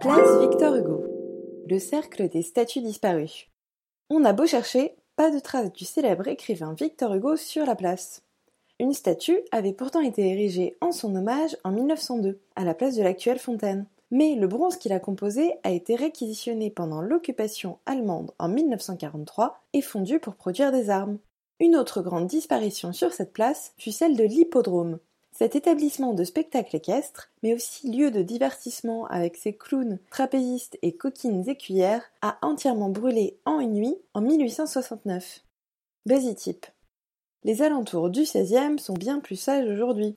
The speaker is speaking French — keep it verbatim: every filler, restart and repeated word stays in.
Place Victor Hugo. Le cercle des statues disparues. On a beau chercher, pas de traces du célèbre écrivain Victor Hugo sur la place. Une statue avait pourtant été érigée en son hommage en mille neuf cent deux, à la place de l'actuelle fontaine. Mais le bronze qu'il a composé a été réquisitionné pendant l'occupation allemande en mille neuf cent quarante-trois et fondu pour produire des armes. Une autre grande disparition sur cette place fut celle de l'hippodrome. Cet établissement de spectacle équestre, mais aussi lieu de divertissement avec ses clowns, trapézistes et coquines écuyères, a entièrement brûlé en une nuit en mille huit cent soixante-neuf. Buzzy Tip. Les alentours du seizième sont bien plus sages aujourd'hui.